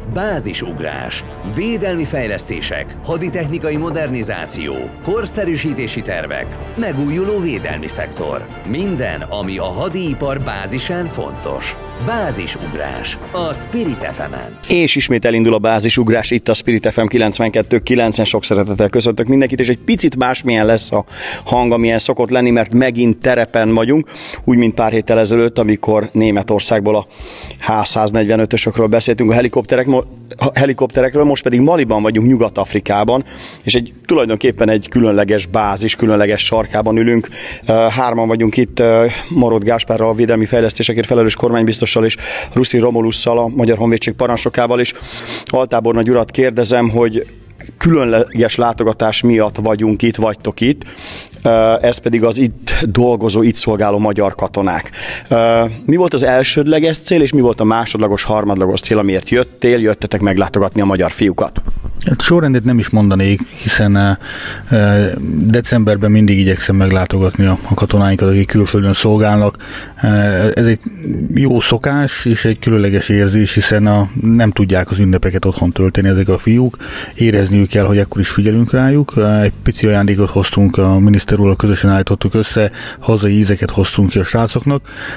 Bázisugrás, védelmi fejlesztések, haditechnikai modernizáció, korszerűsítési tervek, megújuló védelmi szektor. Minden, ami a hadipar bázisán fontos. Bázisugrás a Spirit FM-en. És ismét elindul a bázisugrás itt a Spirit FM 92.9-en. Sok szeretettel köszöntök mindenkit, és egy picit másmilyen lesz a hang, amilyen szokott lenni, mert megint terepen vagyunk, úgy, mint pár héttel ezelőtt, amikor Németországból a H145-ösökről beszéltünk, a helikopterekről, most pedig Maliban vagyunk, Nyugat-Afrikában, és tulajdonképpen egy különleges bázis, különleges sarkában ülünk. Hárman vagyunk itt, Marott Gáspárral, a védelmi fejlesztésekért felelős kormánybiztossal, és Ruszi Romulusszal, a Magyar Honvédség parancsnokával is. Altábornagy urat kérdezem, hogy különleges látogatás miatt vagytok itt, ez pedig az itt dolgozó, itt szolgáló magyar katonák. Mi volt az elsődleges cél, és mi volt a másodlagos, harmadlagos cél, amiért jöttetek meglátogatni a magyar fiúkat? Sorrendet nem is mondanék, hiszen decemberben mindig igyekszem meglátogatni a katonáinkat, akik külföldön szolgálnak. Ez egy jó szokás és egy különleges érzés, hiszen nem tudják az ünnepeket otthon tölteni ezek a fiúk. Érezniük kell, hogy ekkor is figyelünk rájuk. Egy pici ajándékot hoztunk, a miniszter úrral közösen állítottuk össze, hazai ízeket hoztunk ki a srácoknak.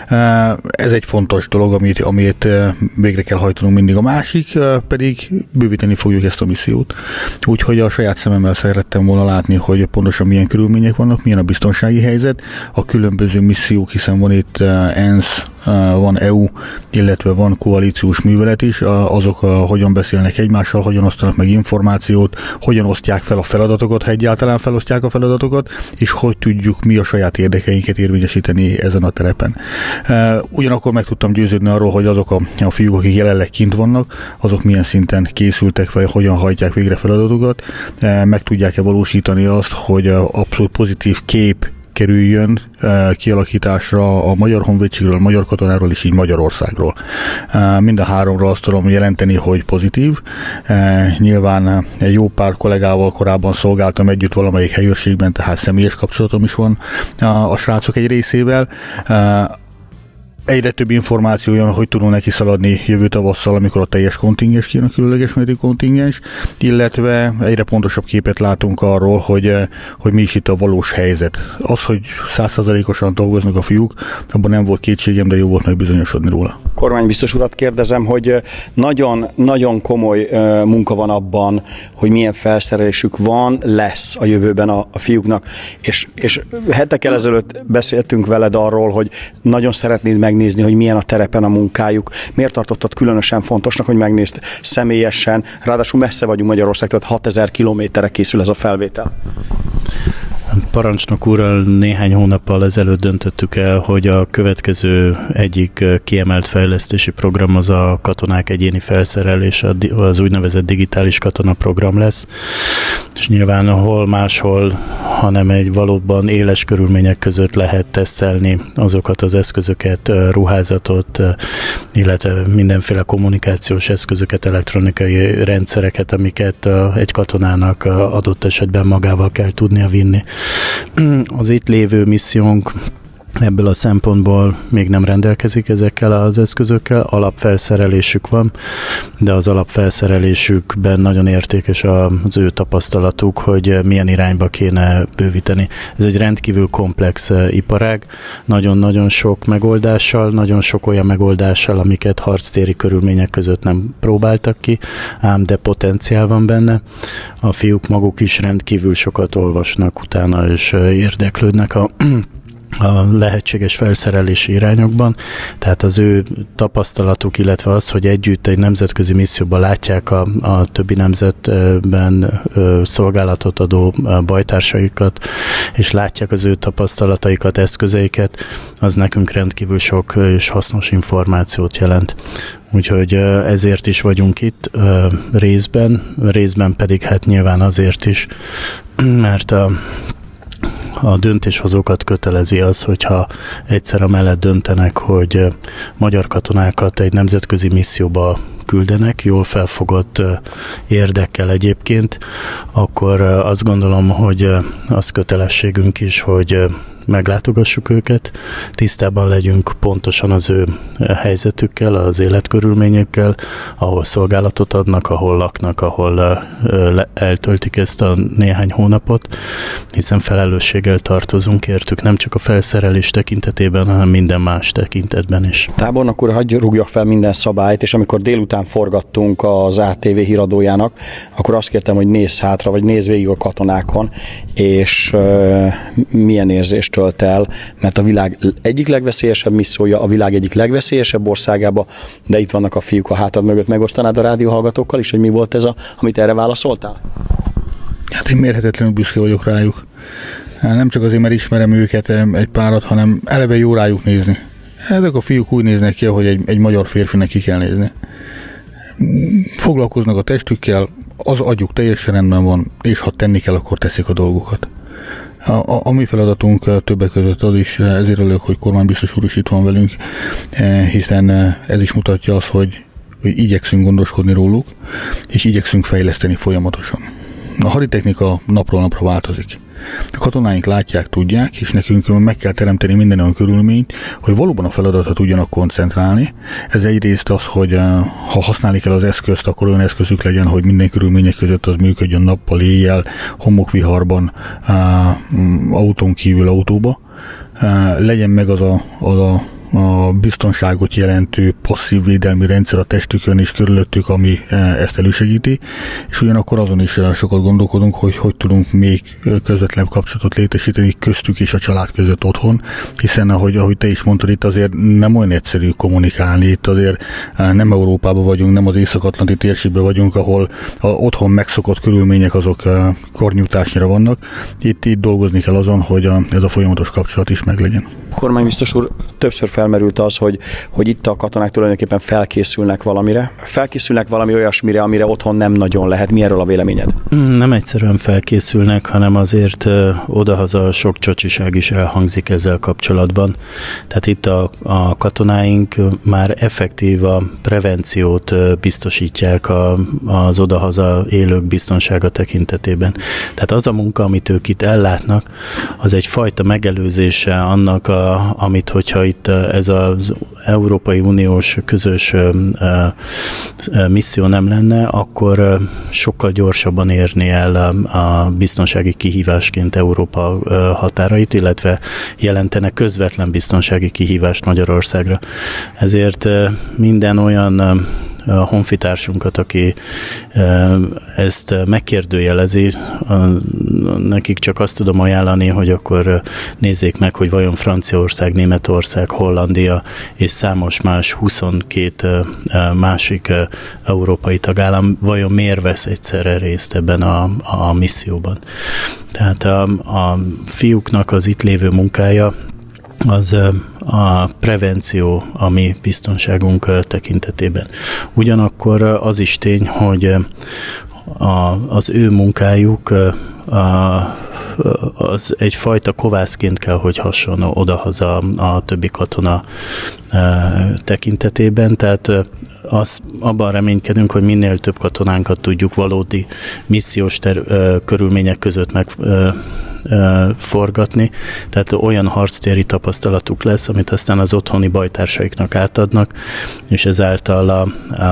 Ez egy fontos dolog, amit végre kell hajtanunk mindig. A másik pedig bővíteni fogjuk ezt a missziót. Úgyhogy a saját szememmel szerettem volna látni, hogy pontosan milyen körülmények vannak, milyen a biztonsági helyzet, a különböző missziók, hiszen van itt ENSZ, van EU, illetve van koalíciós művelet is, azok hogyan beszélnek egymással, hogyan osztanak meg információt, hogyan osztják fel a feladatokat, ha egyáltalán felosztják a feladatokat, és hogy tudjuk mi a saját érdekeinket érvényesíteni ezen a terepen. Ugyanakkor meg tudtam győződni arról, hogy azok a fiúk, akik jelenleg kint vannak, azok milyen szinten készültek, vagy hogyan hajtják végre feladatokat, meg tudják-e valósítani azt, hogy abszolút pozitív kép kerüljön kialakításra a Magyar Honvédségről, a magyar katonáról és így Magyarországról. Mind a háromról azt tudom jelenteni, hogy pozitív. Nyilván egy jó pár kollégával korábban szolgáltam együtt valamelyik helyőrségben, tehát személyes kapcsolatom is van a srácok egy részével. Egyre több információ jön, hogy tudunk neki szaladni jövő tavasszal, amikor a teljes kontingens kijön, a különleges meddig kontingens, illetve egyre pontosabb képet látunk arról, hogy mi is itt a valós helyzet. Az, hogy 100%-osan dolgoznak a fiúk, abban nem volt kétségem, de jó volt megbizonyosodni róla. Kormánybiztos urat kérdezem, hogy nagyon komoly munka van abban, hogy milyen felszerelésük lesz a jövőben a fiúknak, és hetekkel ezelőtt beszéltünk veled arról, hogy nagyon szeretnéd megnézni, hogy milyen a terepen a munkájuk. Miért tartottad különösen fontosnak, hogy megnézd személyesen? Ráadásul messze vagyunk Magyarországtól, 6000 kilométerre készül ez a felvétel. Parancsnok úrral néhány hónappal ezelőtt döntöttük el, hogy a következő egyik kiemelt fejlesztési program az a katonák egyéni felszerelése, az úgynevezett digitális katonaprogram lesz. És nyilván hol máshol, hanem egy valóban éles körülmények között lehet tesztelni azokat az eszközöket, ruházatot, illetve mindenféle kommunikációs eszközöket, elektronikai rendszereket, amiket egy katonának adott esetben magával kell tudnia vinni. Az itt lévő missziónk ebből a szempontból még nem rendelkezik ezekkel az eszközökkel, alapfelszerelésük van, de az alapfelszerelésükben nagyon értékes az ő tapasztalatuk, hogy milyen irányba kéne bővíteni. Ez egy rendkívül komplex iparág, nagyon-nagyon sok megoldással, nagyon sok olyan megoldással, amiket harctéri körülmények között nem próbáltak ki, ám de potenciál van benne. A fiúk maguk is rendkívül sokat olvasnak utána, és érdeklődnek a lehetséges felszerelési irányokban, tehát az ő tapasztalatuk, illetve az, hogy együtt egy nemzetközi misszióban látják a többi nemzetben szolgálatot adó bajtársaikat, és látják az ő tapasztalataikat, eszközeiket, az nekünk rendkívül sok és hasznos információt jelent. Úgyhogy ezért is vagyunk itt részben pedig hát nyilván azért is, mert a döntéshozókat kötelezi az, hogyha egyszer amellett döntenek, hogy magyar katonákat egy nemzetközi misszióba küldenek, jól felfogott érdekkel egyébként, akkor azt gondolom, hogy az kötelességünk is, hogy meglátogassuk őket, tisztában legyünk pontosan az ő helyzetükkel, az életkörülményekkel, ahol szolgálatot adnak, ahol laknak, ahol eltöltik ezt a néhány hónapot, hiszen felelősséggel tartozunk értük, nem csak a felszerelés tekintetében, hanem minden más tekintetben is. Tábornok úr, hagyj rúgjak fel minden szabályt, és amikor délután forgattunk az ATV híradójának, akkor azt kértem, hogy nézz hátra, vagy nézz végig a katonákon, és milyen érzést tölt el, mert a világ egyik legveszélyesebb missziója, a világ egyik legveszélyesebb országába, de itt vannak a fiúk a hátad mögött. Megosztanád a rádióhallgatókkal is, hogy mi volt ez, amit erre válaszoltál? Hát én mérhetetlenül büszke vagyok rájuk. Nem csak azért, mert ismerem őket egy párat, hanem eleve jó rájuk nézni. Ezek a fiúk úgy néznek ki, ahogy egy magyar férfinek ki kell nézni. Foglalkoznak a testükkel, az agyuk teljesen rendben van, és ha tenni kell, akkor teszik a dolgokat. A mi feladatunk többek között az is, ezért örülök, hogy kormánybiztos úr is itt van velünk, hiszen ez is mutatja azt, hogy igyekszünk gondoskodni róluk, és igyekszünk fejleszteni folyamatosan. A haditechnika napról napra változik. A katonáink látják, tudják, és nekünk meg kell teremteni minden olyan körülményt, hogy valóban a feladatra tudjanak koncentrálni. Ez egyrészt az, hogy ha használni kell az eszközt, akkor olyan eszközük legyen, hogy minden körülmények között az működjön nappal, éjjel, homokviharban, autón kívül autóba. Legyen meg az a biztonságot jelentő passzív védelmi rendszer a testükön és körülöttük, ami ezt elősegíti, és ugyanakkor azon is sokat gondolkodunk, hogy tudunk még közvetlenebb kapcsolatot létesíteni köztük és a család között otthon, hiszen ahogy te is mondtad, itt azért nem olyan egyszerű kommunikálni, itt azért nem Európában vagyunk, nem az Észak-Atlanti térségben vagyunk, ahol otthon megszokott körülmények azok kornyújtásnyira vannak. Itt dolgozni kell azon, hogy ez a folyamatos kapcsolat is meglegyen. Kormánybiztos úr, többször felmerült az, hogy itt a katonák tulajdonképpen felkészülnek valamire. Felkészülnek valami olyasmire, amire otthon nem nagyon lehet. Mi erről a véleményed? Nem egyszerűen felkészülnek, hanem azért odahaza sok csacsiság is elhangzik ezzel kapcsolatban. Tehát itt a katonáink már effektív a prevenciót biztosítják az odahaza élők biztonsága tekintetében. Tehát az a munka, amit ők itt ellátnak, az egyfajta megelőzése annak, amit hogyha itt ez az Európai Uniós közös misszió nem lenne, akkor sokkal gyorsabban érni el a biztonsági kihívásként Európa határait, illetve jelentene közvetlen biztonsági kihívást Magyarországra. Ezért minden olyan a honfitársunkat, aki ezt megkérdőjelezi, nekik csak azt tudom ajánlani, hogy akkor nézzék meg, hogy vajon Franciaország, Németország, Hollandia és számos más 22 másik európai tagállam vajon miért vesz egyszerre részt ebben a misszióban. Tehát a fiúknak az itt lévő munkája az a prevenció a mi biztonságunk tekintetében. Ugyanakkor az is tény, hogy az ő munkájuk az egyfajta kovászként kell, hogy hasson odahaza a többi katona tekintetében, tehát abban reménykedünk, hogy minél több katonánkat tudjuk valódi missziós körülmények között forgatni, tehát olyan harctéri tapasztalatuk lesz, amit aztán az otthoni bajtársaiknak átadnak, és ezáltal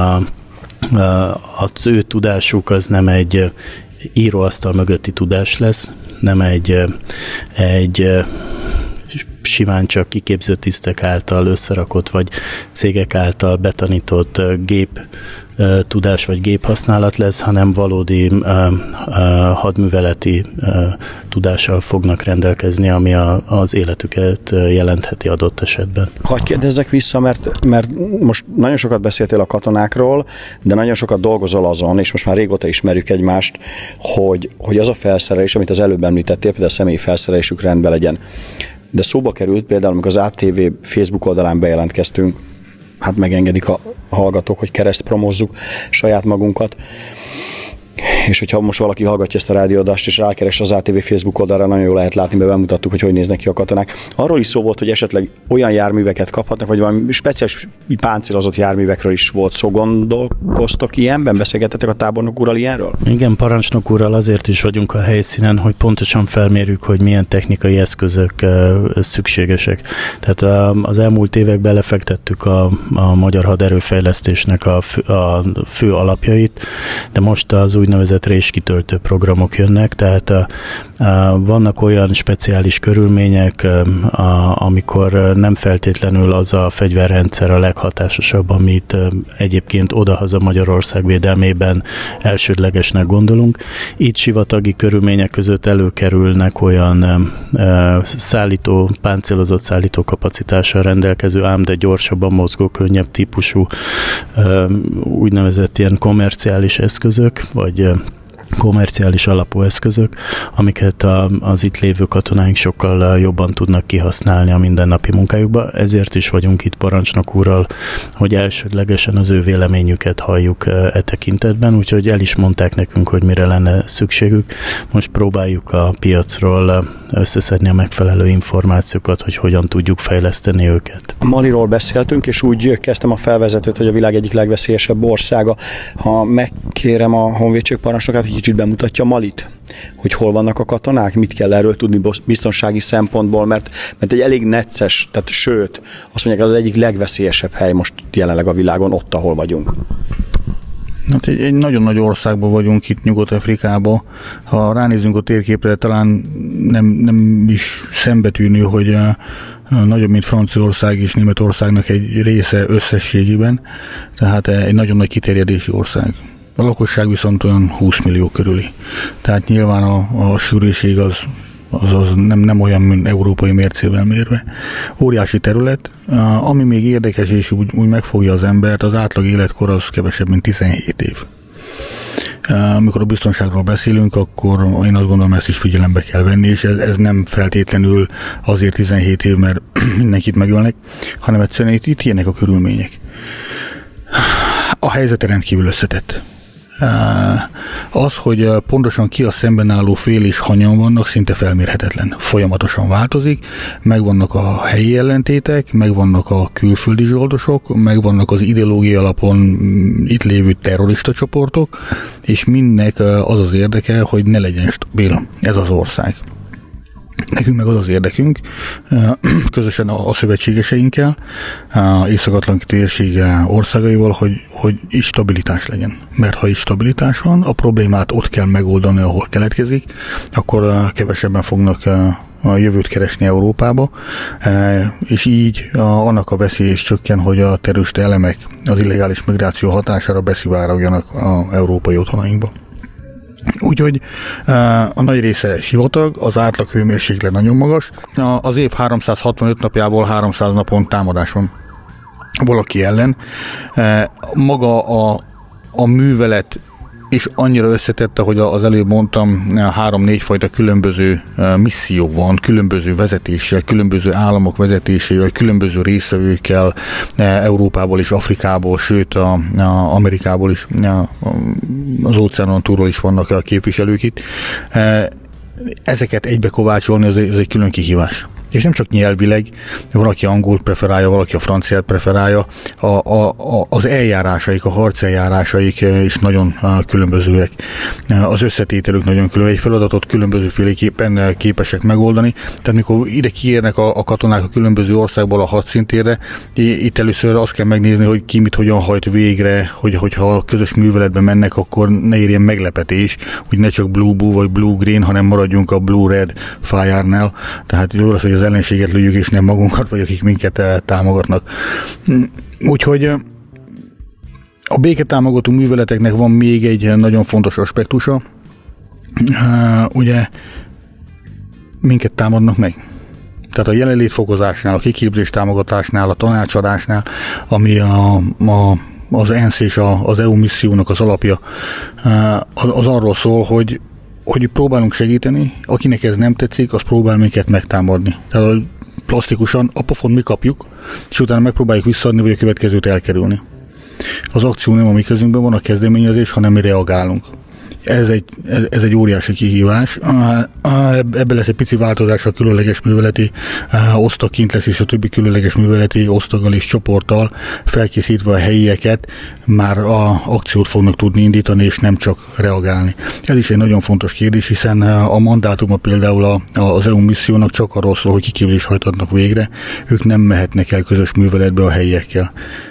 az ő tudásuk az nem egy íróasztal mögötti tudás lesz, nem egy simán csak kiképző tisztek által összerakott, vagy cégek által betanított gép tudás vagy géphasználat lesz, hanem valódi hadműveleti tudással fognak rendelkezni, ami az életüket jelentheti adott esetben. Hadd kérdezzek vissza, mert most nagyon sokat beszéltél a katonákról, de nagyon sokat dolgozol azon, és most már régóta ismerjük egymást, hogy az a felszerelés, amit az előbb említettél, például a személyi felszerelésük rendben legyen. De szóba került például, amikor az ATV Facebook oldalán bejelentkeztünk, hát megengedik a hallgatók, hogy keresztpromozzuk saját magunkat. És hogyha most valaki hallgatja ezt a rádióadást, és rákeres az ATV Facebook oldalra, nagyon jól lehet látni, mert bemutattuk, hogy néznek ki a katonák. Arról is szó volt, hogy esetleg olyan járműveket kaphatnak, vagy valami speciális páncélozott járművekről is volt szó. Gondolkoztok ilyenben? Beszélgettetek a tábornok úrral ilyenről? Igen, parancsnok úrral azért is vagyunk a helyszínen, hogy pontosan felmérjük, hogy milyen technikai eszközök szükségesek. Tehát az elmúlt években lefektettük a magyar haderőfejlesztésnek a fő alapjait, de most az úgynevezett réskitöltő programok jönnek, tehát vannak olyan speciális körülmények, amikor nem feltétlenül az a fegyverrendszer a leghatásosabb, amit egyébként odahaza Magyarország védelmében elsődlegesnek gondolunk. Itt sivatagi körülmények között előkerülnek olyan páncélozott szállítókapacitással rendelkező, ám de gyorsabban mozgó, könnyebb típusú úgynevezett ilyen komerciális eszközök, vagy komerciális alapú eszközök, amiket az itt lévő katonáink sokkal jobban tudnak kihasználni a mindennapi munkájukba. Ezért is vagyunk itt parancsnok úrral, hogy elsődlegesen az ő véleményüket halljuk e tekintetben, úgyhogy el is mondták nekünk, hogy mire lenne szükségük. Most próbáljuk a piacról összeszedni a megfelelő információkat, hogy hogyan tudjuk fejleszteni őket. Maliról beszéltünk, és úgy kezdtem a felvezetőt, hogy a világ egyik legveszélyesebb országa. Ha megkérem a honvédség parancsnokát, kicsit bemutatja Malit, hogy hol vannak a katonák, mit kell erről tudni biztonsági szempontból, mert egy elég necces, tehát sőt, azt mondják, az egyik legveszélyesebb hely most jelenleg a világon, ott, ahol vagyunk. Hát egy nagyon nagy országban vagyunk itt Nyugat-Afrikában. Ha ránézünk a térképre, talán nem is szembetűnő, hogy nagyobb, mint Franciaország és Németországnak egy része összességében, tehát egy nagyon nagy kiterjedési ország. A lakosság viszont olyan 20 millió körüli. Tehát nyilván a sűrűség az nem olyan, mint európai mércével mérve. Óriási terület, ami még érdekes és úgy megfogja az embert, az átlag életkor az kevesebb, mint 17 év. Amikor a biztonságról beszélünk, akkor én azt gondolom, ezt is figyelembe kell venni, és ez nem feltétlenül azért 17 év, mert mindenkit megölnek, hanem egyszerűen itt ilyenek a körülmények. A helyzet rendkívül összetett. Az, hogy pontosan ki a szemben álló fél és hanyan vannak, szinte felmérhetetlen. Folyamatosan változik, megvannak a helyi ellentétek, megvannak a külföldi zsoldosok, megvannak az ideológia alapon itt lévő terrorista csoportok, és mindnek az az érdeke, hogy ne legyen stabil ez az ország. Nekünk meg az az érdekünk, közösen a szövetségeseinkkel, Észak-Atlanti térség országaival, hogy itt stabilitás legyen. Mert ha itt stabilitás van, a problémát ott kell megoldani, ahol keletkezik, akkor kevesebben fognak a jövőt keresni Európába, és így annak a veszély is csökken, hogy a terrorista elemek az illegális migráció hatására beszivárogjanak az európai otthonainkba. Úgyhogy a nagy része sivatag, az átlag hőmérséklet nagyon magas. Az év 365 napjából 300 napon támadás van valaki ellen. Maga a művelet és annyira összetett, ahogy az előbb mondtam, 3-4 fajta különböző misszió van, különböző vezetéssel, különböző államok vezetésével, különböző résztvevőkkel, Európából és Afrikából, sőt Amerikából is, az óceánon túlról is vannak a képviselők itt. Ezeket egybekovácsolni, ez egy külön kihívás. És nem csak nyelvileg, van, aki angolt preferálja, valaki a franciát preferálja, az eljárásaik, a harceljárásaik is nagyon különbözőek. Az összetételük nagyon különböző, egy feladatot különbözőféleképpen képesek megoldani. Tehát mikor ide kiérnek a katonák a különböző országból a hadszintérre, itt először azt kell megnézni, hogy ki mit hogyan hajt végre, hogyha a közös műveletbe mennek, akkor ne érjen meglepetés, hogy ne csak blue vagy blue-green, hanem maradjunk a blue-red fire-nál. Tehát jó az, hogy az ellenséget lőjük, és nem magunkat, vagy akik minket támogatnak. Úgyhogy a béketámogató műveleteknek van még egy nagyon fontos aspektusa. Ugye minket támadnak meg. Tehát a jelenlétfokozásnál, a kiképzés támogatásnál, a tanácsadásnál, ami az ENSZ és az EU missziónak az alapja, az arról szól, hogy próbálunk segíteni, akinek ez nem tetszik, az próbál minket megtámadni. Tehát plastikusan a pofont mi kapjuk, és utána megpróbáljuk visszaadni, vagy a következőt elkerülni. Az akció nem a mi kezünkben van, a kezdeményezés, hanem mi reagálunk. Ez egy óriási kihívás. Ebben lesz egy pici változás a különleges műveleti osztag kint lesz, és a többi különleges műveleti osztaggal és csoporttal felkészítve a helyieket már akciót fognak tudni indítani, és nem csak reagálni. Ez is egy nagyon fontos kérdés, hiszen a mandátuma például az EU missziónak csak arról szól, hogy kiképzést hajtatnak végre, ők nem mehetnek el közös műveletbe a helyiekkel.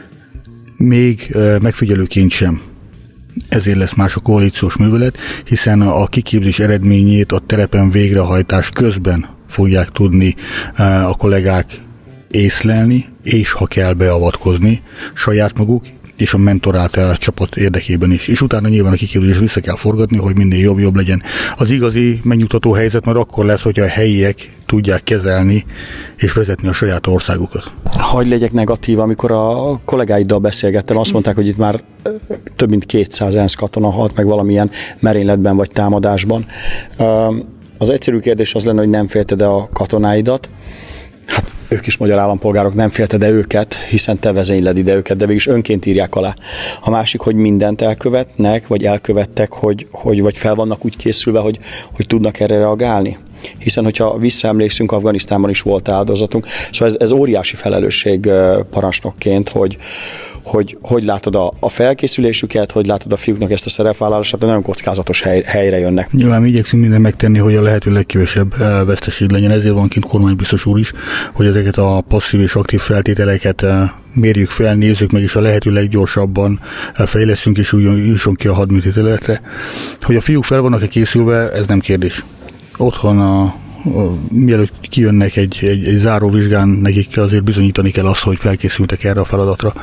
Még megfigyelőként sem. Ezért lesz más a koalíciós művelet, hiszen a kiképzés eredményét a terepen végrehajtás közben fogják tudni a kollégák észlelni, és ha kell beavatkozni saját maguk és a mentorált csapat érdekében is. És utána nyilván a kiképzést vissza kell forgatni, hogy minél jobb legyen. Az igazi megnyugtató helyzet már akkor lesz, hogyha a helyiek tudják kezelni és vezetni a saját országukat. Hagy legyek negatív, amikor a kollégáiddal beszélgettem, azt mondták, hogy itt már több mint 200 ENSZ katona halt meg valamilyen merényletben vagy támadásban. Az egyszerű kérdés az lenne, hogy nem félted-e a katonáidat? Hát ők is magyar állampolgárok, nem félted-e őket, hiszen te vezényled ide őket, de végülis önként írják alá. A másik, hogy mindent elkövetnek, vagy elkövettek, vagy fel vannak úgy készülve, hogy tudnak erre reagálni. Hiszen, hogyha visszaemlékszünk, Afganisztánban is volt áldozatunk. Szóval ez óriási felelősség parancsnokként, hogy látod a felkészülésüket, hogy látod a fiúknak ezt a szerepvállalását, de nagyon kockázatos helyre jönnek. Nyilván mi igyekszünk minden megtenni, hogy a lehető legkevesebb veszteség legyen. Ezért van kint kormánybiztos úr is, hogy ezeket a passzív és aktív feltételeket mérjük fel, nézzük meg, és a lehető leggyorsabban fejleszünk, és úgy jussunk ki a hadműtéletre. Hogy a fiúk fel vannak-e készülve, ez nem kérdés. Otthon mielőtt kijönnek egy záróvizsgán, nekik azért bizonyítani kell azt, hogy felkészültek erre a feladatra.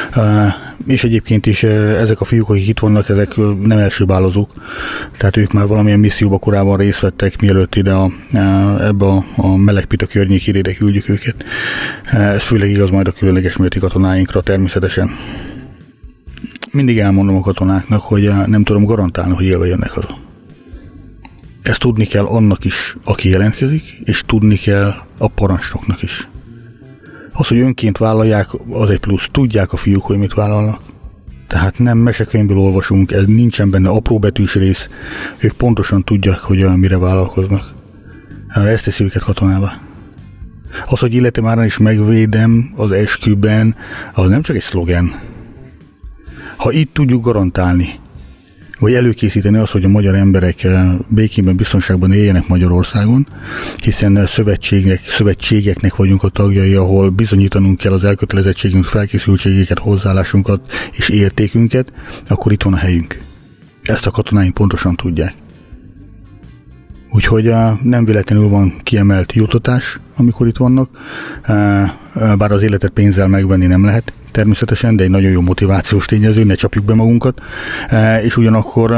És egyébként is ezek a fiúk, akik itt vannak, ezek nem elsőbálozók, tehát ők már valamilyen misszióba korábban részt vettek, mielőtt ide ebbe a melegpita környékére küldjük őket. Ez főleg igaz majd a különleges műveleti katonáinkra természetesen. Mindig elmondom a katonáknak, hogy nem tudom garantálni, hogy élve jönnek haza. Ezt tudni kell annak is, aki jelentkezik, és tudni kell a parancsnoknak is. Az, hogy önként vállalják, az egy plusz. Tudják a fiúk, hogy mit vállalnak. Tehát nem mesekönyvből olvasunk, ez nincsen benne apróbetűs rész. Ők pontosan tudják, hogy mire vállalkoznak. Ezt teszi őket katonává. Az, hogy életem árán is megvédem az esküben, az nem csak egy szlogen. Ha itt tudjuk garantálni, vagy előkészíteni azt, hogy a magyar emberek békében, biztonságban éljenek Magyarországon, hiszen szövetségeknek vagyunk a tagjai, ahol bizonyítanunk kell az elkötelezettségünk, felkészültségeket, hozzáállásunkat és értékünket, akkor itt van a helyünk. Ezt a katonáink pontosan tudják. Úgyhogy nem véletlenül van kiemelt juttatás, amikor itt vannak, bár az életet pénzzel megvenni nem lehet, természetesen, de egy nagyon jó motivációs tényező, ne csapjuk be magunkat, és ugyanakkor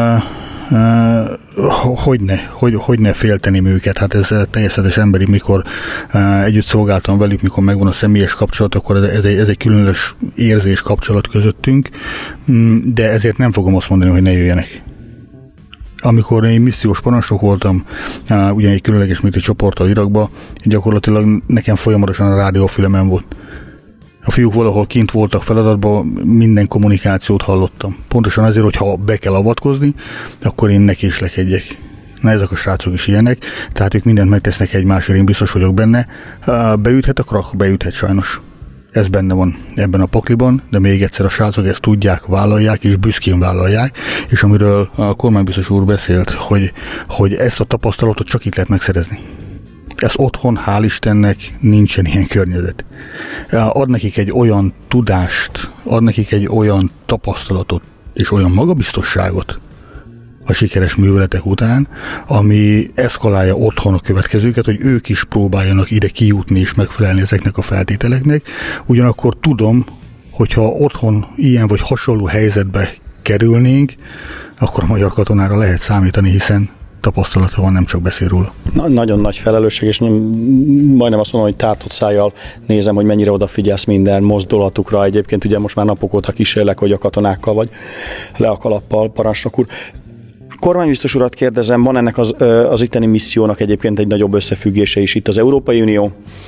hogy ne félteném őket, hát ez teljes emberi, mikor együtt szolgáltam velük, mikor megvan a személyes kapcsolat, akkor ez egy különös érzés kapcsolat közöttünk, de ezért nem fogom azt mondani, hogy ne jöjjenek. Amikor én missziós parancsnok voltam, ugyan egy különleges műveleti csoporttal Irakba, gyakorlatilag nekem folyamatosan a rádiófülemen volt. A fiúk valahol kint voltak feladatban, minden kommunikációt hallottam. Pontosan azért, hogy ha be kell avatkozni, akkor én neki is lekedjek. Na, ezek a srácok is ilyenek, tehát ők mindent megtesznek egymásért, én biztos vagyok benne. Beüthet a krak, beüthet sajnos. Ez benne van ebben a pakliban, de még egyszer a srácok ezt tudják, vállalják, és büszkén vállalják, és amiről a kormánybiztos úr beszélt, hogy ezt a tapasztalatot csak itt lehet megszerezni. Ez otthon, hál' Istennek, nincsen ilyen környezet. Ad nekik egy olyan tudást, ad nekik egy olyan tapasztalatot, és olyan magabiztosságot a sikeres műveletek után, ami eszkalálja otthon a következőket, hogy ők is próbáljanak ide kijutni és megfelelni ezeknek a feltételeknek. Ugyanakkor tudom, hogyha otthon ilyen vagy hasonló helyzetbe kerülnénk, akkor a magyar katonára lehet számítani, hiszen tapasztalata van, nem csak beszél róla. Nagyon nagy felelősség, és majdnem azt mondom, hogy tátott szájjal nézem, hogy mennyire odafigyelsz minden mozdulatukra. Egyébként ugye most már napok óta kísérlek, hogy a katonákkal vagy le a kalappal, parancsnok úr. Kormánybiztos urat kérdezem, van ennek az itteni missziónak egyébként egy nagyobb összefüggése is itt az Európai Unió,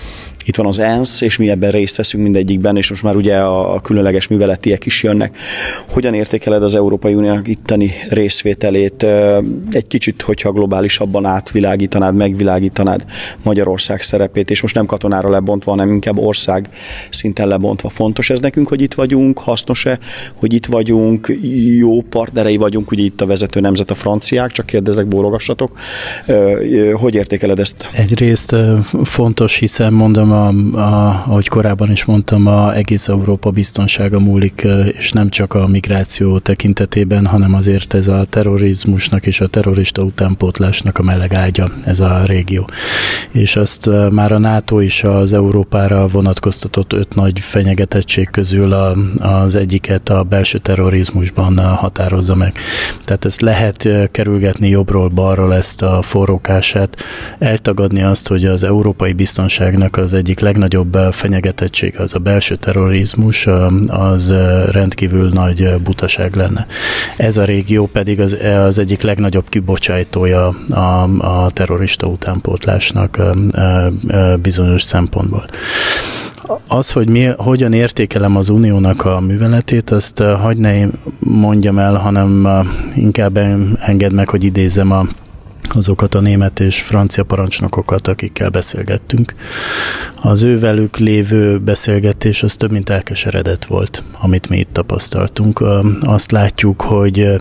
Itt van az ENSZ, és mi ebben részt veszünk mindegyikben, és most már ugye a különleges műveletiek is jönnek. Hogyan értékeled az Európai Uniónak itteni részvételét? Egy kicsit, hogyha globálisabban átvilágítanád, megvilágítanád Magyarország szerepét, és most nem katonára lebontva, hanem inkább ország szinten lebontva. Fontos ez nekünk, hogy itt vagyunk? Hasznos-e, hogy itt vagyunk? Jó partnerei vagyunk, ugye itt a vezető nemzet a franciák, csak kérdezek, bólogassatok. Hogy értékeled ezt? Egyrészt fontos, hiszen mondom, ahogy korábban is mondtam, egész Európa biztonsága múlik, és nem csak a migráció tekintetében, hanem azért ez a terrorizmusnak és a terrorista utánpótlásnak a meleg ágya, ez a régió. És azt már a NATO is az Európára vonatkoztatott 5 nagy fenyegetettség közül az egyiket a belső terrorizmusban határozza meg. Tehát ezt lehet kerülgetni jobbról balról, ezt a forrókását, eltagadni azt, hogy az európai biztonságnak az egyik legnagyobb fenyegetettség az a belső terrorizmus, az rendkívül nagy butaság lenne. Ez a régió pedig az egyik legnagyobb kibocsátója a terrorista utánpótlásnak bizonyos szempontból. Az, hogy hogyan értékelem az Uniónak a műveletét, azt hadd ne mondjam el, hanem inkább engedd meg, hogy idézem azokat a német és francia parancsnokokat, akikkel beszélgettünk. Az ővelük lévő beszélgetés az több mint elkeseredett volt, amit mi itt tapasztaltunk. Azt látjuk, hogy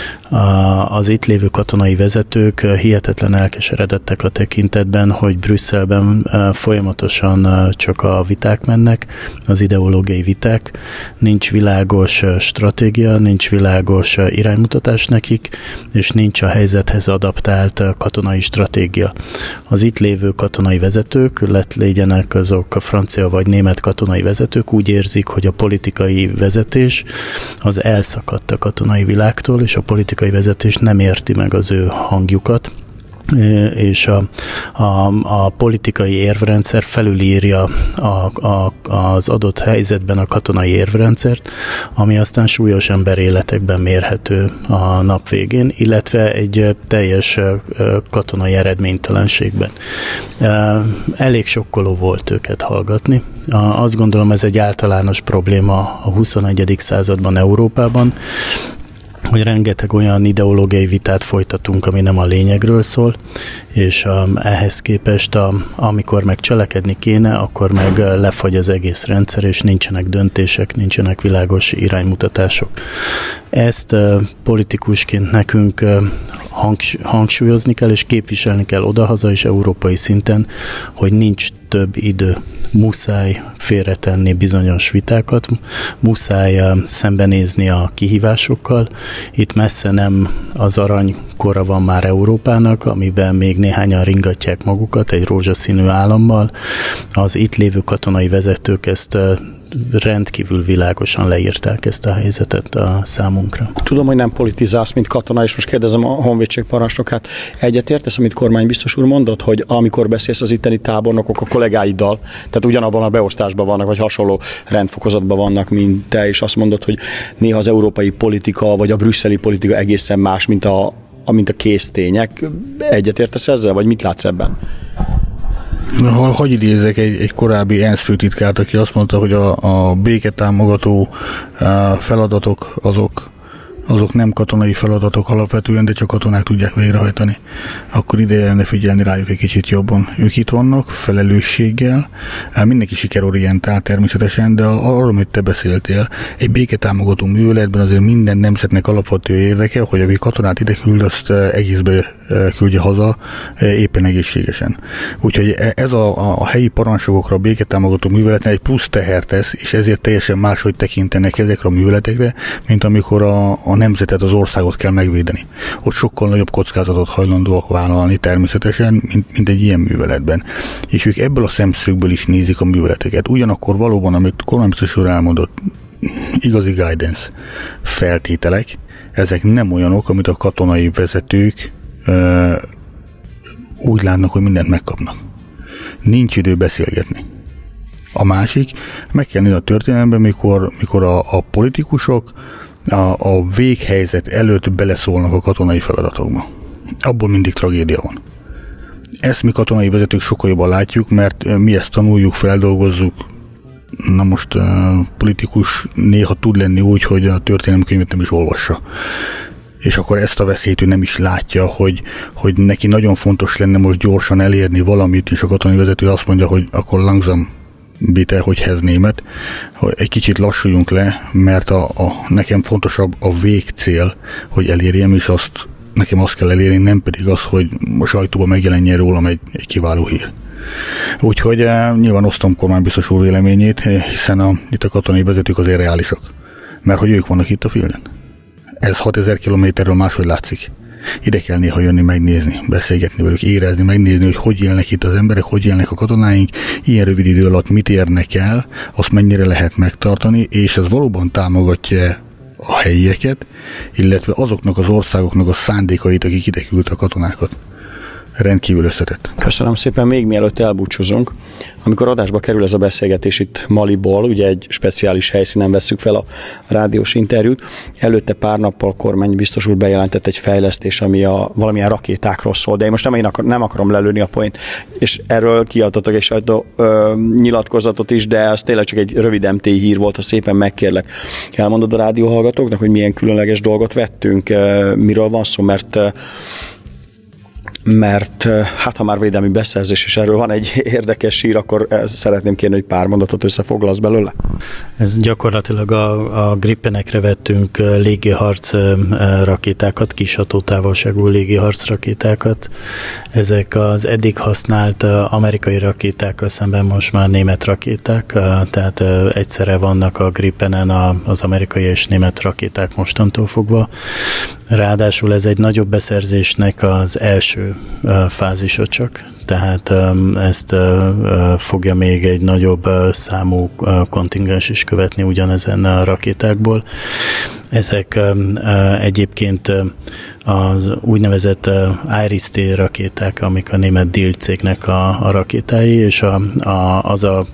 az itt lévő katonai vezetők hihetetlen elkeseredettek a tekintetben, hogy Brüsszelben folyamatosan csak a viták mennek, az ideológiai viták, nincs világos stratégia, nincs világos iránymutatás nekik, és nincs a helyzethez adaptált katonai stratégia. Az itt lévő katonai vezetők, legyenek azok a francia vagy német katonai vezetők, úgy érzik, hogy a politikai vezetés az elszakadt a katonai világtól, és a politikai vezetés nem érti meg az ő hangjukat, és a politikai érvrendszer felülírja az adott helyzetben a katonai érvrendszert, ami aztán súlyos emberéletekben mérhető a nap végén, illetve egy teljes katonai eredménytelenségben. Elég sokkoló volt őket hallgatni. Azt gondolom, ez egy általános probléma a 21. században Európában, hogy rengeteg olyan ideológiai vitát folytatunk, ami nem a lényegről szól, és ehhez képest, amikor meg cselekedni kéne, akkor meg lefagy az egész rendszer, és nincsenek döntések, nincsenek világos iránymutatások. Ezt politikusként nekünk hangsúlyozni kell, és képviselni kell odahaza és európai szinten, hogy nincs több idő. Muszáj félretenni bizonyos vitákat, muszáj szembenézni a kihívásokkal. Itt messze nem az aranykora van már Európának, amiben még néhányan ringatják magukat egy rózsaszínű állammal. Az itt lévő katonai vezetők ezt rendkívül világosan leírták, ezt a helyzetet a számunkra. Tudom, hogy nem politizálsz, mint katona, és most kérdezem a honvédség parancsnokát. Egyetértesz, amit kormánybiztos úr mondott, hogy amikor beszélsz az itteni tábornokok a kollégáiddal, tehát ugyanabban a beosztásban vannak, vagy hasonló rendfokozatban vannak, mint te, és azt mondod, hogy néha az európai politika, vagy a brüsszeli politika egészen más, mint a késztények. Egyetértesz ezzel, vagy mit látsz ebben? Hogy idézek egy korábbi ENSZ főtitkárt, aki azt mondta, hogy a béketámogató feladatok azok nem katonai feladatok alapvetően, de csak katonák tudják végrehajtani. Akkor ideje lenne figyelni rájuk egy kicsit jobban. Ők itt vannak, felelősséggel, mindenki sikerorientált természetesen, de arról, amit te beszéltél, egy béketámogató műveletben azért minden nemzetnek alapvető érdeke, hogy aki katonát ide küld, azt egészbe küldje haza éppen egészségesen. Úgyhogy ez a helyi parancsnokokra, a béketámogató műveletnél egy plusz teher tesz, és ezért teljesen máshogy tekintenek ezekre a műveletekre, mint amikor a nemzetet, az országot kell megvédeni. Ott sokkal nagyobb kockázatot hajlandóak vállalni természetesen, mint egy ilyen műveletben. És ők ebből a szemszögből is nézik a műveleteket. Ugyanakkor valóban, amit kormánybiztos úr elmondott, igazi guidance feltételek, ezek nem olyanok, amit a katonai vezetők úgy látnak, hogy mindent megkapnak. Nincs idő beszélgetni. A másik, meg kell nézni a történelemben, mikor a politikusok a véghelyzet előtt beleszólnak a katonai feladatokba. Abból mindig tragédia van. Ezt mi katonai vezetők sokkal jobban látjuk, mert mi ezt tanuljuk, feldolgozzuk. Na most politikus néha tud lenni úgy, hogy a történelemkönyvet nem is olvassa. És akkor ezt a veszélyt ő nem is látja, hogy neki nagyon fontos lenne most gyorsan elérni valamit, és a katonai vezető azt mondja, hogy akkor langsam bitte, hogy hez német, hogy egy kicsit lassuljunk le, mert nekem fontosabb a végcél, hogy elérjem, és nekem azt kell elérni, nem pedig az, hogy a sajtóban megjelenjen rólam egy kiváló hír. Úgyhogy nyilván osztom kormánybiztos úr véleményét, hiszen itt a katonai vezetők azért reálisak, mert hogy ők vannak itt a fielden. Ez 6000 kilométerről máshogy látszik. Ide kell néha jönni, megnézni, beszélgetni velük, érezni, megnézni, hogy élnek itt az emberek, hogy élnek a katonáink, ilyen rövid idő alatt mit érnek el, azt mennyire lehet megtartani, és ez valóban támogatja a helyieket, illetve azoknak az országoknak a szándékait, akik ide küldtek a katonákat. Rendkívül összetett. Köszönöm szépen, még mielőtt elbúcsúzunk. Amikor adásba kerül ez a beszélgetés itt Maliból, ugye egy speciális helyszínen vesszük fel a rádiós interjút, előtte pár nappal a kormánybiztos úr bejelentett egy fejlesztés, ami valamilyen rakétákról szól, de én most nem akarom lelőni a point, és erről kiadtatok egy sajtó nyilatkozatot is, de ez tényleg csak egy rövid MT hír volt, ha szépen megkérlek. Elmondod a rádióhallgatóknak, hogy milyen különleges dolgot vettünk, miről van szó, mert hát ha már védelmi beszerzés, és erről van egy érdekes hír, akkor szeretném kérni, hogy pár mondatot összefoglalsz belőle. Ez gyakorlatilag a Gripenekre vettünk légiharc rakétákat, kis hatótávolságú légiharc rakétákat. Ezek az eddig használt amerikai rakétákkal szemben most már német rakéták, tehát egyszerre vannak a Gripenen az amerikai és német rakéták mostantól fogva. Ráadásul ez egy nagyobb beszerzésnek az első fázisa csak, tehát ezt fogja még egy nagyobb számú kontingens is követni ugyanezen a rakétákból. Ezek egyébként az úgynevezett Iris-T rakéták, amik a német Diehl cégnek a rakétái, és az a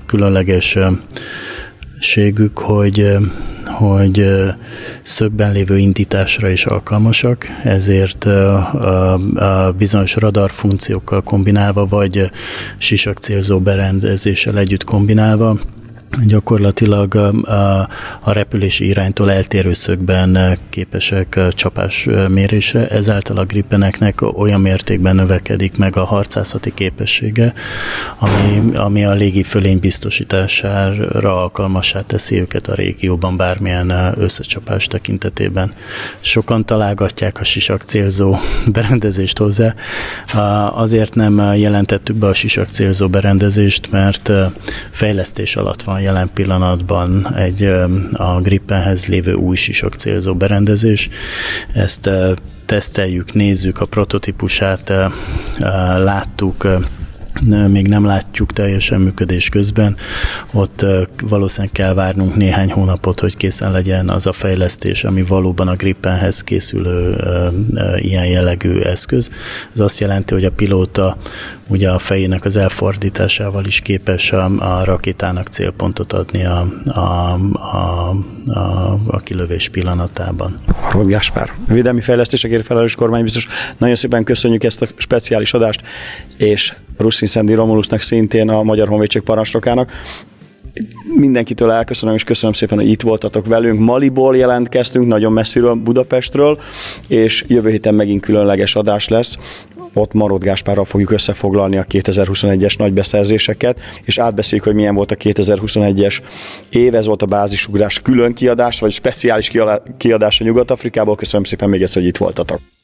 különlegességük, hogy szögben lévő indításra is alkalmasak, ezért bizonyos radar funkciókkal kombinálva, vagy sisakcélzó berendezéssel együtt kombinálva gyakorlatilag a repülési iránytól eltérő szögben képesek csapásmérésre, ezáltal a Gripeneknek olyan mértékben növekedik meg a harcászati képessége, ami a légi fölény biztosítására alkalmassá teszi őket a régióban bármilyen összecsapás tekintetében. Sokan találgatják a sisakcélzó berendezést hozzá. Azért nem jelentettük be a sisakcélzó berendezést, mert fejlesztés alatt van jelen pillanatban a Gripenhez lévő új sisakcélzó berendezés. Ezt teszteljük, nézzük, a prototípusát láttuk, még nem látjuk teljesen működés közben. Ott valószínűleg kell várnunk néhány hónapot, hogy készen legyen az a fejlesztés, ami valóban a Gripenhez készülő ilyen jellegű eszköz. Ez azt jelenti, hogy a pilóta ugye a fejének az elfordításával is képes a rakétának célpontot adni a kilövés pillanatában. Marót Gáspár, védelmi fejlesztésekért felelős kormánybiztos. Nagyon szépen köszönjük ezt a speciális adást, és Ruszin-Szendi Romulusnak, szintén a Magyar Honvédség parancsnokának. Mindenkitől elköszönöm, és köszönöm szépen, hogy itt voltatok velünk. Maliból jelentkeztünk, nagyon messziről, Budapestről, és jövő héten megint különleges adás lesz. Ott Marót Gáspárral fogjuk összefoglalni a 2021-es nagy beszerzéseket, és átbeszéljük, hogy milyen volt a 2021-es év. Ez volt a bázisugrás külön kiadás, vagy speciális kiadás a Nyugat-Afrikából. Köszönöm szépen még egyszer, hogy itt voltatok.